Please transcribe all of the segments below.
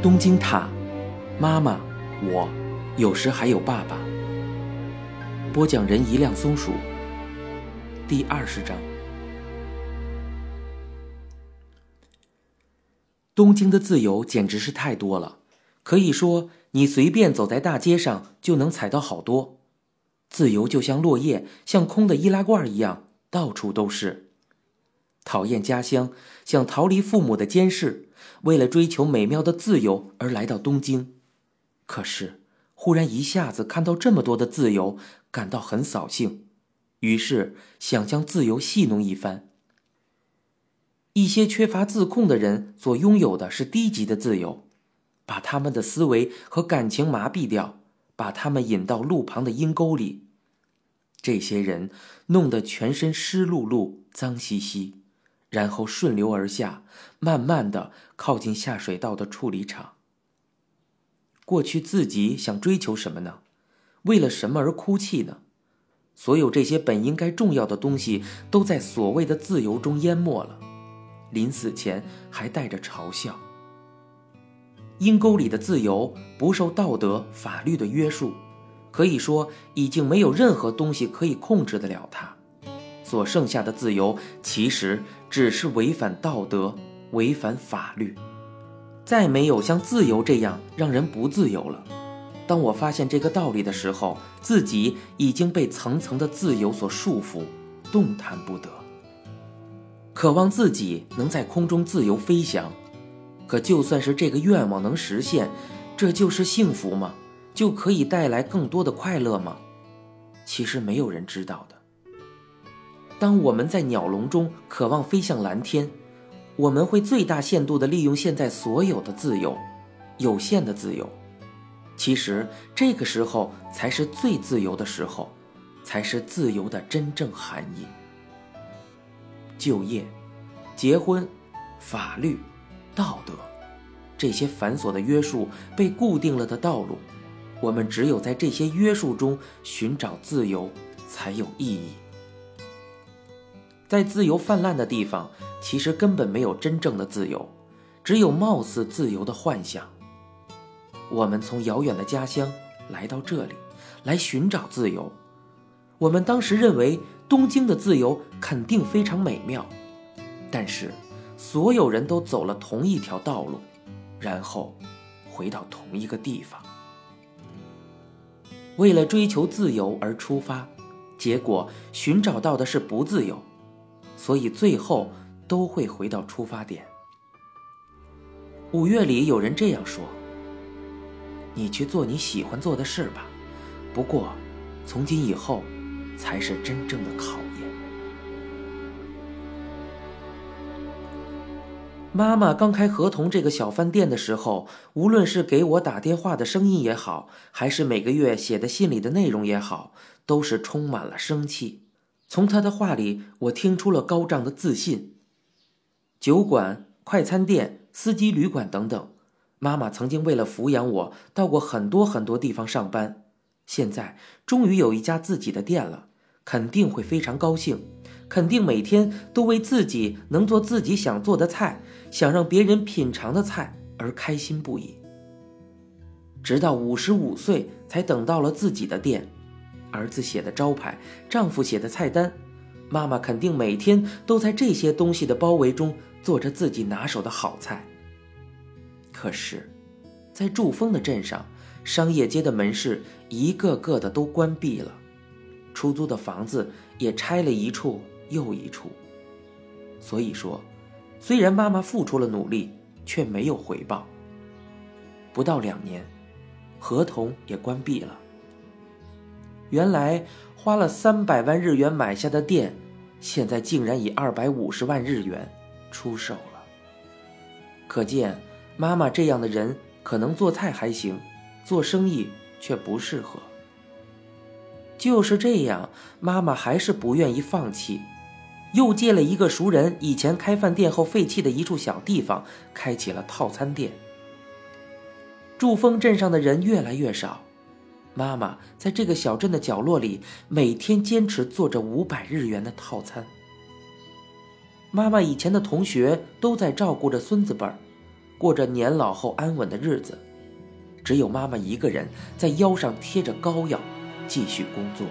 东京塔，妈妈，我，有时还有爸爸。播讲人一辆松鼠，第20章。东京的自由简直是太多了，可以说你随便走在大街上就能踩到好多。自由就像落叶，像空的易拉罐一样，到处都是。讨厌家乡，想逃离父母的监视，为了追求美妙的自由而来到东京。可是忽然一下子看到这么多的自由，感到很扫兴，于是想将自由戏弄一番。一些缺乏自控的人所拥有的是低级的自由，把他们的思维和感情麻痹掉，把他们引到路旁的阴沟里。这些人弄得全身湿漉漉、脏兮兮，然后顺流而下，慢慢地靠近下水道的处理厂。过去自己想追求什么呢？为了什么而哭泣呢？所有这些本应该重要的东西都在所谓的自由中淹没了，临死前还带着嘲笑。阴沟里的自由不受道德、法律的约束，可以说已经没有任何东西可以控制得了它。所剩下的自由其实只是违反道德、违反法律，再没有像自由这样让人不自由了。当我发现这个道理的时候，自己已经被层层的自由所束缚，动弹不得。渴望自己能在空中自由飞翔，可就算是这个愿望能实现，这就是幸福吗？就可以带来更多的快乐吗？其实没有人知道的。当我们在鸟笼中渴望飞向蓝天，我们会最大限度地利用现在所有的自由，有限的自由。其实这个时候才是最自由的时候，才是自由的真正含义。就业、结婚、法律、道德，这些繁琐的约束被固定了的道路，我们只有在这些约束中寻找自由才有意义。在自由泛滥的地方，其实根本没有真正的自由，只有貌似自由的幻想。我们从遥远的家乡来到这里，来寻找自由。我们当时认为东京的自由肯定非常美妙，但是所有人都走了同一条道路，然后回到同一个地方。为了追求自由而出发，结果寻找到的是不自由，所以最后都会回到出发点。5月里有人这样说：你去做你喜欢做的事吧，不过从今以后才是真正的考验。妈妈刚开合同这个小饭店的时候，无论是给我打电话的声音也好，还是每个月写的信里的内容也好，都是充满了生气。从她的话里，我听出了高涨的自信。酒馆、快餐店、司机旅馆等等，妈妈曾经为了抚养我到过很多很多地方上班，现在终于有一家自己的店了，肯定会非常高兴，肯定每天都为自己能做自己想做的菜，想让别人品尝的菜而开心不已。直到55岁才等到了自己的店，儿子写的招牌，丈夫写的菜单，妈妈肯定每天都在这些东西的包围中做着自己拿手的好菜。可是在祝丰的镇上，商业街的门市一个个的都关闭了，出租的房子也拆了一处又一处。所以说，虽然妈妈付出了努力，却没有回报。不到2年，合同也关闭了。原来花了300万日元买下的店，现在竟然以250万日元出售了。可见妈妈这样的人可能做菜还行，做生意却不适合。就是这样，妈妈还是不愿意放弃，又借了一个熟人以前开饭店后废弃的一处小地方，开起了套餐店。祝丰镇上的人越来越少，妈妈在这个小镇的角落里，每天坚持做着500日元的套餐。妈妈以前的同学都在照顾着孙子辈儿， 过着年老后安稳的日子，只有妈妈一个人在腰上贴着膏药，继续工作。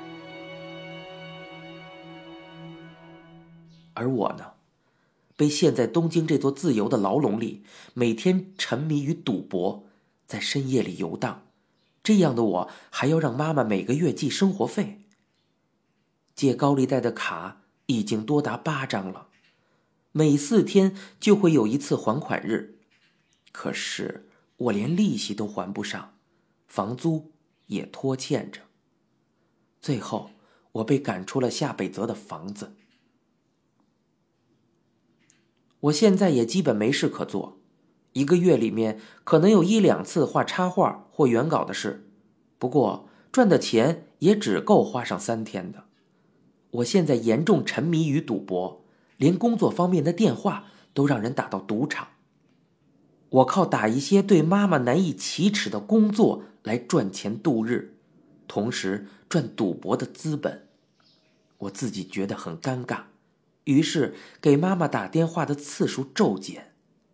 而我呢，被陷在东京这座自由的牢笼里，每天沉迷于赌博，在深夜里游荡。这样的我还要让妈妈每个月寄生活费。借高利贷的卡已经多达8张了，每4天就会有一次还款日。可是我连利息都还不上，房租也拖欠着。最后我被赶出了下北泽的房子。我现在也基本没事可做，一个月里面可能有1、2次画插画或原稿的事，不过赚的钱也只够花上3天的。我现在严重沉迷于赌博，连工作方面的电话都让人打到赌场。我靠打一些对妈妈难以启齿的工作来赚钱度日，同时赚赌博的资本。我自己觉得很尴尬，于是给妈妈打电话的次数骤减。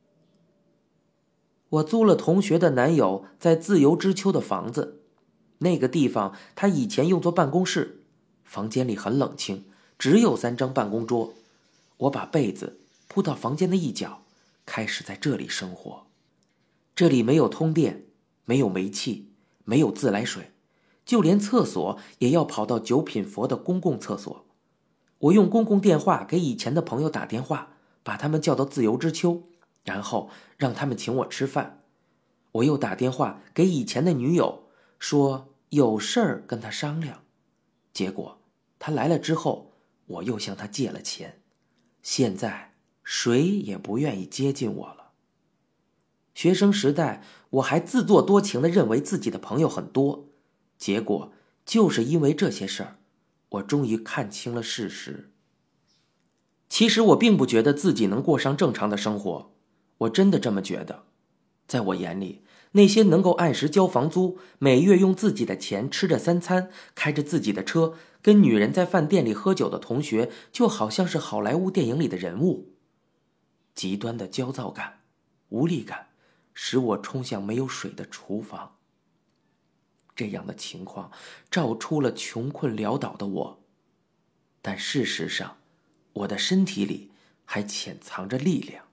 我租了同学的男友在自由之丘的房子，那个地方他以前用作办公室，房间里很冷清，只有3张办公桌。我把被子铺到房间的一角，开始在这里生活。这里没有通电，没有煤气，没有自来水，就连厕所也要跑到九品佛的公共厕所。我用公共电话给以前的朋友打电话，把他们叫到自由之丘，然后让他们请我吃饭。我又打电话给以前的女友，说有事儿跟他商量。结果他来了之后，我又向他借了钱。现在谁也不愿意接近我了。学生时代，我还自作多情地认为自己的朋友很多，结果就是因为这些事儿，我终于看清了事实。其实我并不觉得自己能过上正常的生活，我真的这么觉得。在我眼里，那些能够按时交房租，每月用自己的钱吃着3餐，开着自己的车，跟女人在饭店里喝酒的同学，就好像是好莱坞电影里的人物。极端的焦躁感、无力感，使我冲向没有水的厨房。这样的情况照出了穷困潦倒的我，但事实上，我的身体里还潜藏着力量。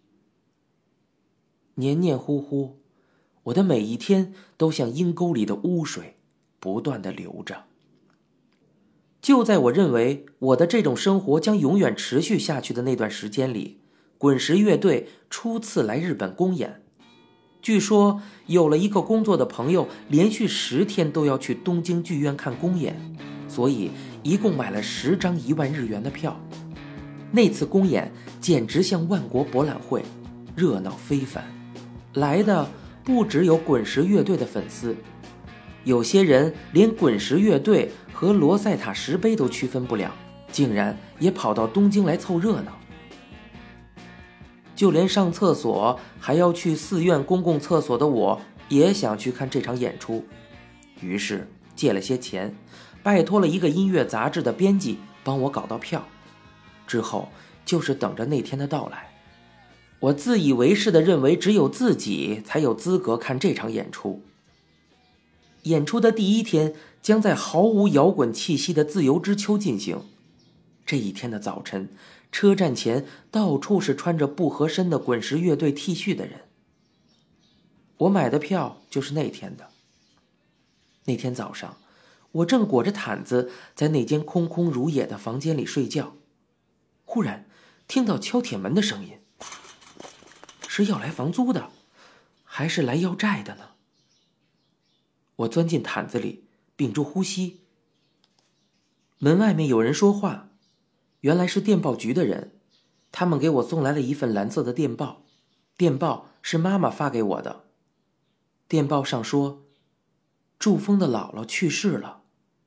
黏黏糊糊，我的每一天都像阴沟里的污水，不断地流着。就在我认为我的这种生活将永远持续下去的那段时间里，滚石乐队初次来日本公演。据说有了一个工作的朋友，连续10天都要去东京剧院看公演，所以一共买了10张1万日元的票。那次公演简直像万国博览会，热闹非凡。来的不只有滚石乐队的粉丝，有些人连滚石乐队和罗塞塔石碑都区分不了，竟然也跑到东京来凑热闹。就连上厕所还要去寺院公共厕所的我，也想去看这场演出，于是借了些钱，拜托了一个音乐杂志的编辑帮我搞到票。之后就是等着那天的到来。我自以为是地认为只有自己才有资格看这场演出。演出的第1天将在毫无摇滚气息的自由之丘进行。这一天的早晨，车站前到处是穿着不合身的滚石乐队 T 恤的人。我买的票就是那天的。那天早上，我正裹着毯子在那间空空如也的房间里睡觉，忽然听到敲铁门的声音，是要来房租的，还是来要债的呢？我钻进毯子里，屏住呼吸。门外面有人说话，原来是电报局的人，他们给我送来了一份蓝色的电报，电报是妈妈发给我的。电报上说，祝峰的姥姥去世了。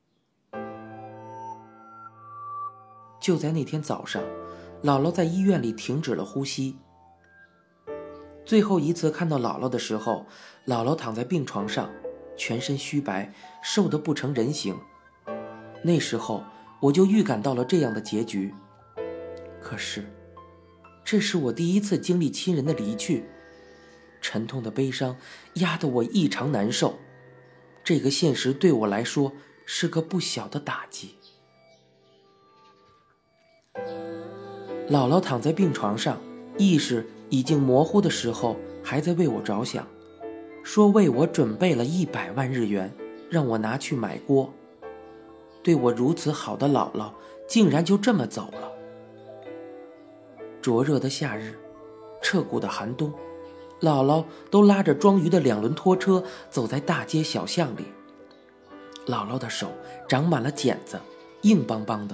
就在那天早上，姥姥在医院里停止了呼吸。最后一次看到姥姥的时候，姥姥躺在病床上，全身虚白，瘦得不成人形。那时候我就预感到了这样的结局。可是这是我第一次经历亲人的离去， 沉痛的悲伤压得我异常难受。这个现实对我来说是个不小的打击。姥姥躺在病床上，意识已经模糊的时候，还在为我着想，说为我准备了100万日元，让我拿去买锅。对我如此好的姥姥，竟然就这么走了。灼热的夏日，彻骨的寒冬，姥姥都拉着装鱼的2轮拖车走在大街小巷里。姥姥的手长满了茧子，硬邦邦的。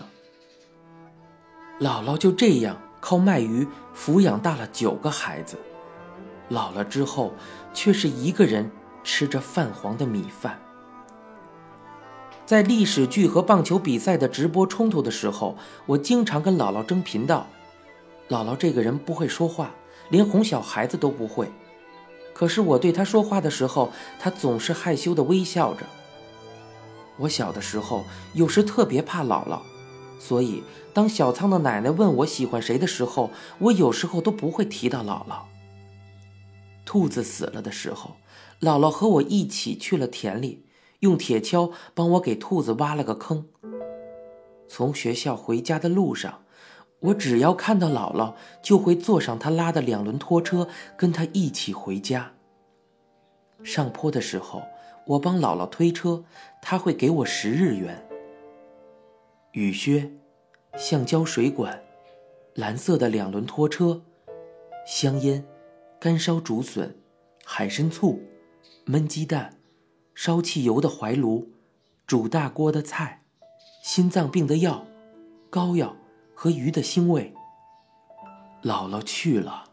姥姥就这样靠卖鱼抚养大了9个孩子，老了之后却是一个人吃着泛黄的米饭。在历史剧和棒球比赛的直播冲突的时候，我经常跟姥姥争频道。姥姥这个人不会说话，连哄小孩子都不会，可是我对她说话的时候，她总是害羞地微笑着。我小的时候有时特别怕姥姥，所以当小仓的奶奶问我喜欢谁的时候，我有时候都不会提到姥姥。兔子死了的时候，姥姥和我一起去了田里，用铁锹帮我给兔子挖了个坑。从学校回家的路上，我只要看到姥姥，就会坐上她拉的2轮拖车，跟她一起回家。上坡的时候，我帮姥姥推车，她会给我10日元。雨靴、橡胶水管、蓝色的2轮拖车、香烟、干烧竹笋、海参醋、焖鸡蛋、烧汽油的怀炉、煮大锅的菜、心脏病的药、膏药和鱼的腥味。姥姥去了。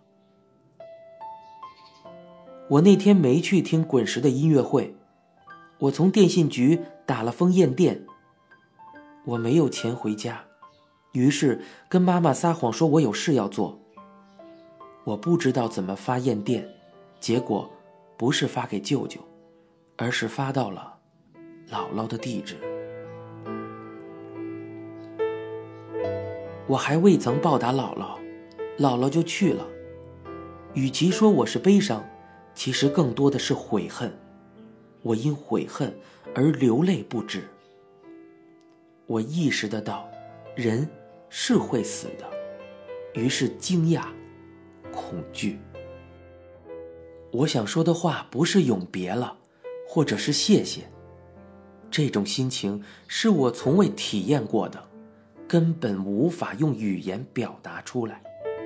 我那天没去听滚石的音乐会，我从电信局打了封验电。我没有钱回家，于是跟妈妈撒谎说我有事要做。我不知道怎么发验电，结果不是发给舅舅，而是发到了姥姥的地址。我还未曾报答姥姥，姥姥就去了。与其说我是悲伤，其实更多的是悔恨。我因悔恨而流泪不止。我意识得到，人是会死的，于是惊讶、恐惧。我想说的话不是永别了，或者是谢谢。这种心情是我从未体验过的，根本无法用语言表达出来。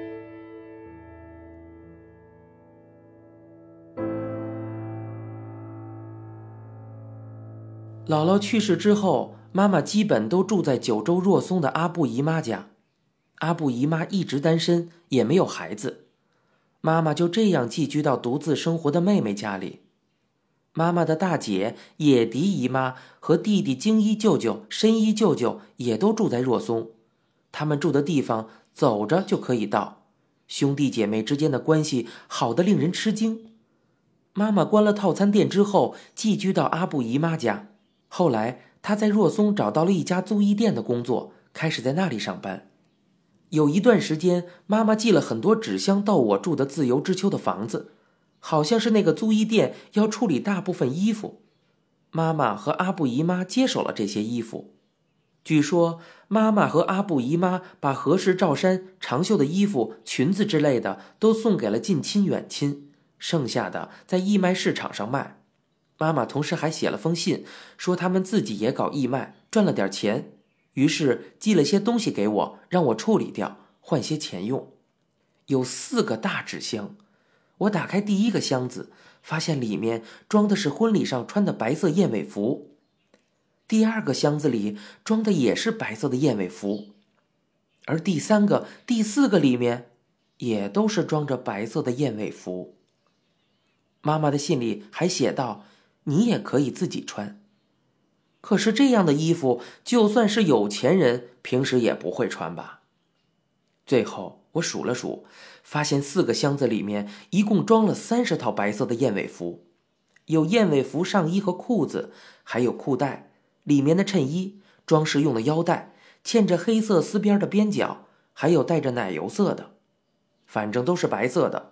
姥姥去世之后，妈妈基本都住在九州若松的阿布姨妈家。阿布姨妈一直单身，也没有孩子，妈妈就这样寄居到独自生活的妹妹家里。妈妈的大姐野迪姨妈和弟弟京一舅舅、深一舅舅也都住在若松，他们住的地方走着就可以到，兄弟姐妹之间的关系好得令人吃惊。妈妈关了套餐店之后，寄居到阿布姨妈家。后来她在若松找到了一家租衣店的工作，开始在那里上班。有一段时间，妈妈寄了很多纸箱到我住的自由之丘的房子，好像是那个租衣店要处理大部分衣服。妈妈和阿布姨妈接手了这些衣服。据说妈妈和阿布姨妈把和式罩衫、长袖的衣服、裙子之类的都送给了近亲远亲，剩下的在义卖市场上卖。妈妈同时还写了封信，说他们自己也搞义卖，赚了点钱，于是寄了些东西给我，让我处理掉，换些钱用。有4个大纸箱，我打开第1个箱子，发现里面装的是婚礼上穿的白色燕尾服。第2个箱子里装的也是白色的燕尾服，而第3个、第4个里面也都是装着白色的燕尾服。妈妈的信里还写道，你也可以自己穿。可是这样的衣服，就算是有钱人，平时也不会穿吧。最后我数了数，发现4个箱子里面一共装了30套白色的燕尾服，有燕尾服上衣和裤子，还有裤带，里面的衬衣、装饰用的腰带，嵌着黑色丝边的边角，还有带着奶油色的，反正都是白色的，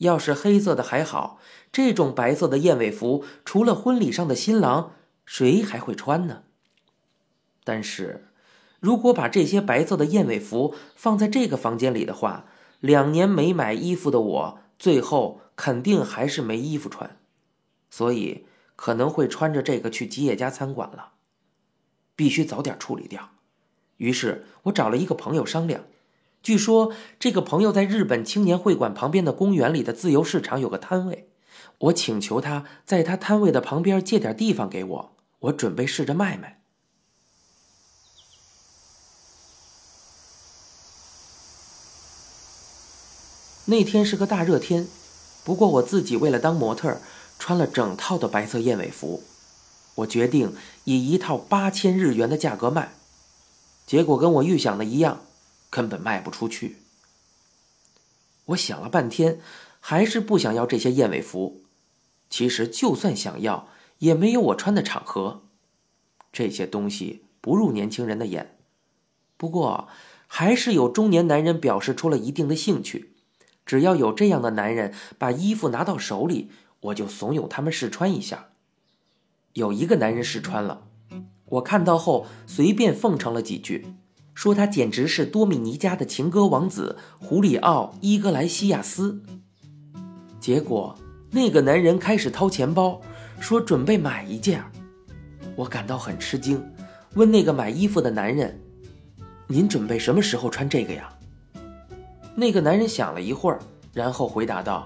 要是黑色的还好，这种白色的燕尾服，除了婚礼上的新郎，谁还会穿呢？但是，如果把这些白色的燕尾服放在这个房间里的话，2年没买衣服的我，最后肯定还是没衣服穿，所以可能会穿着这个去吉野家餐馆了。必须早点处理掉。于是我找了一个朋友商量，据说这个朋友在日本青年会馆旁边的公园里的自由市场有个摊位，我请求他在他摊位的旁边借点地方给我，我准备试着卖卖。那天是个大热天，不过我自己为了当模特，穿了整套的白色燕尾服。我决定以一套8000日元的价格卖，结果跟我预想的一样，根本卖不出去。我想了半天，还是不想要这些燕尾服。其实就算想要，也没有我穿的场合。这些东西不入年轻人的眼。不过，还是有中年男人表示出了一定的兴趣。只要有这样的男人把衣服拿到手里，我就怂恿他们试穿一下。有一个男人试穿了，我看到后随便奉承了几句，说他简直是多米尼加的情歌王子胡里奥·伊格莱西亚斯。结果那个男人开始掏钱包，说准备买一件。我感到很吃惊，问那个买衣服的男人：“您准备什么时候穿这个呀？”那个男人想了一会儿，然后回答道：“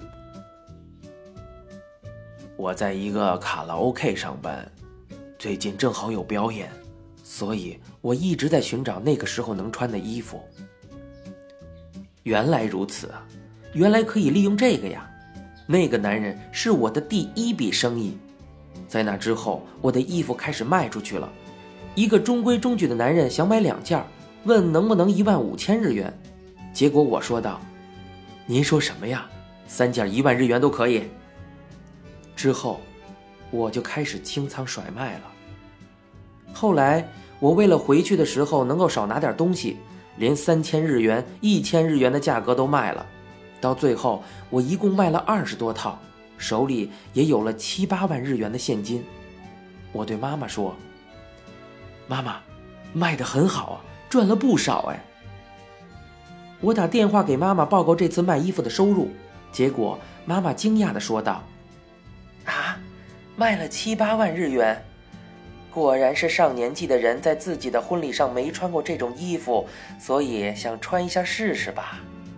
我在一个卡拉 OK 上班，最近正好有表演，所以我一直在寻找那个时候能穿的衣服。”原来如此啊，原来可以利用这个呀。那个男人是我的第1笔生意。在那之后，我的衣服开始卖出去了。一个中规中矩的男人想买2件，问能不能15000日元。结果我说道：“您说什么呀？3件1万日元都可以。”之后我就开始清仓甩卖了。后来我为了回去的时候能够少拿点东西，连3000日元、1000日元的价格都卖了。到最后我一共卖了20多套，手里也有了7、8万日元的现金。我对妈妈说：“妈妈，卖得很好啊，赚了不少哎。”我打电话给妈妈报告这次卖衣服的收入，结果妈妈惊讶地说道：“啊，卖了7、8万日元，果然是上年纪的人在自己的婚礼上没穿过这种衣服，所以想穿一下试试吧。”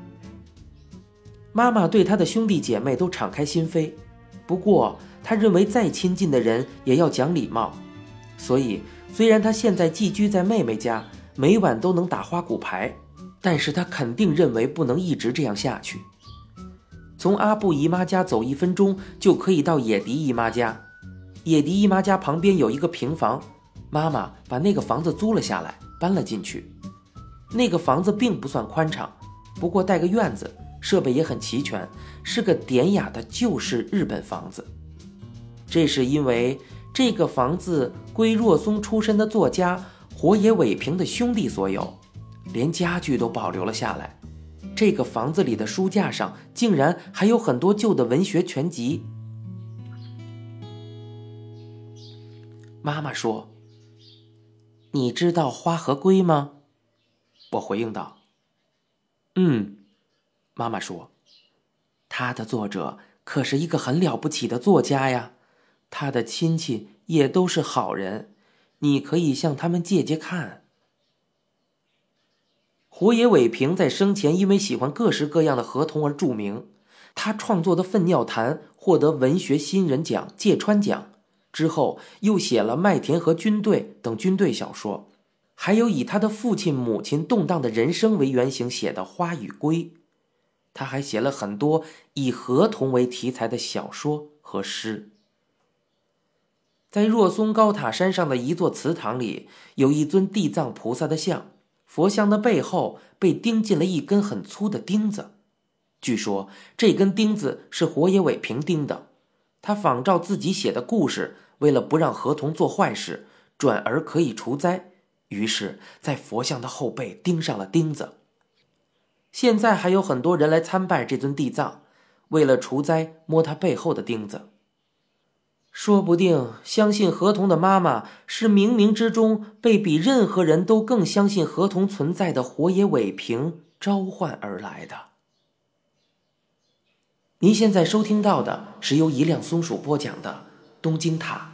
妈妈对她的兄弟姐妹都敞开心扉，不过她认为再亲近的人也要讲礼貌，所以虽然她现在寄居在妹妹家，每晚都能打花骨牌，但是她肯定认为不能一直这样下去。从阿布姨妈家走1分钟就可以到野迪姨妈家，野迪姨妈家旁边有一个平房，妈妈把那个房子租了下来，搬了进去。那个房子并不算宽敞，不过带个院子，设备也很齐全，是个典雅的旧式日本房子。这是因为这个房子归若松出身的作家火野伟平的兄弟所有，连家具都保留了下来。这个房子里的书架上竟然还有很多旧的文学全集。妈妈说：“你知道花和龟吗？”我回应道：“妈妈说：“他的作者可是一个很了不起的作家呀，他的亲戚也都是好人，你可以向他们借借看。”火野伟平在生前因为喜欢各式各样的河童而著名，他创作的《粪尿谈》获得文学新人奖芥川奖，之后又写了《麦田和军队》等军队小说，还有以他的父亲母亲动荡的人生为原型写的《花与龟》。他还写了很多以河童为题材的小说和诗。在若松高塔山上的一座祠堂里，有一尊地藏菩萨的像，佛像的背后被钉进了一根很粗的钉子。据说这根钉子是火野伟平钉的，他仿照自己写的故事，为了不让河童做坏事，转而可以除灾，于是在佛像的后背钉上了钉子。现在还有很多人来参拜这尊地藏， 为了除灾摸他背后的钉子。说不定相信河童的妈妈是冥冥之中被比任何人都更相信河童存在的火野伟平召唤而来的。您现在收听到的是由一辆松鼠播讲的《东京塔》。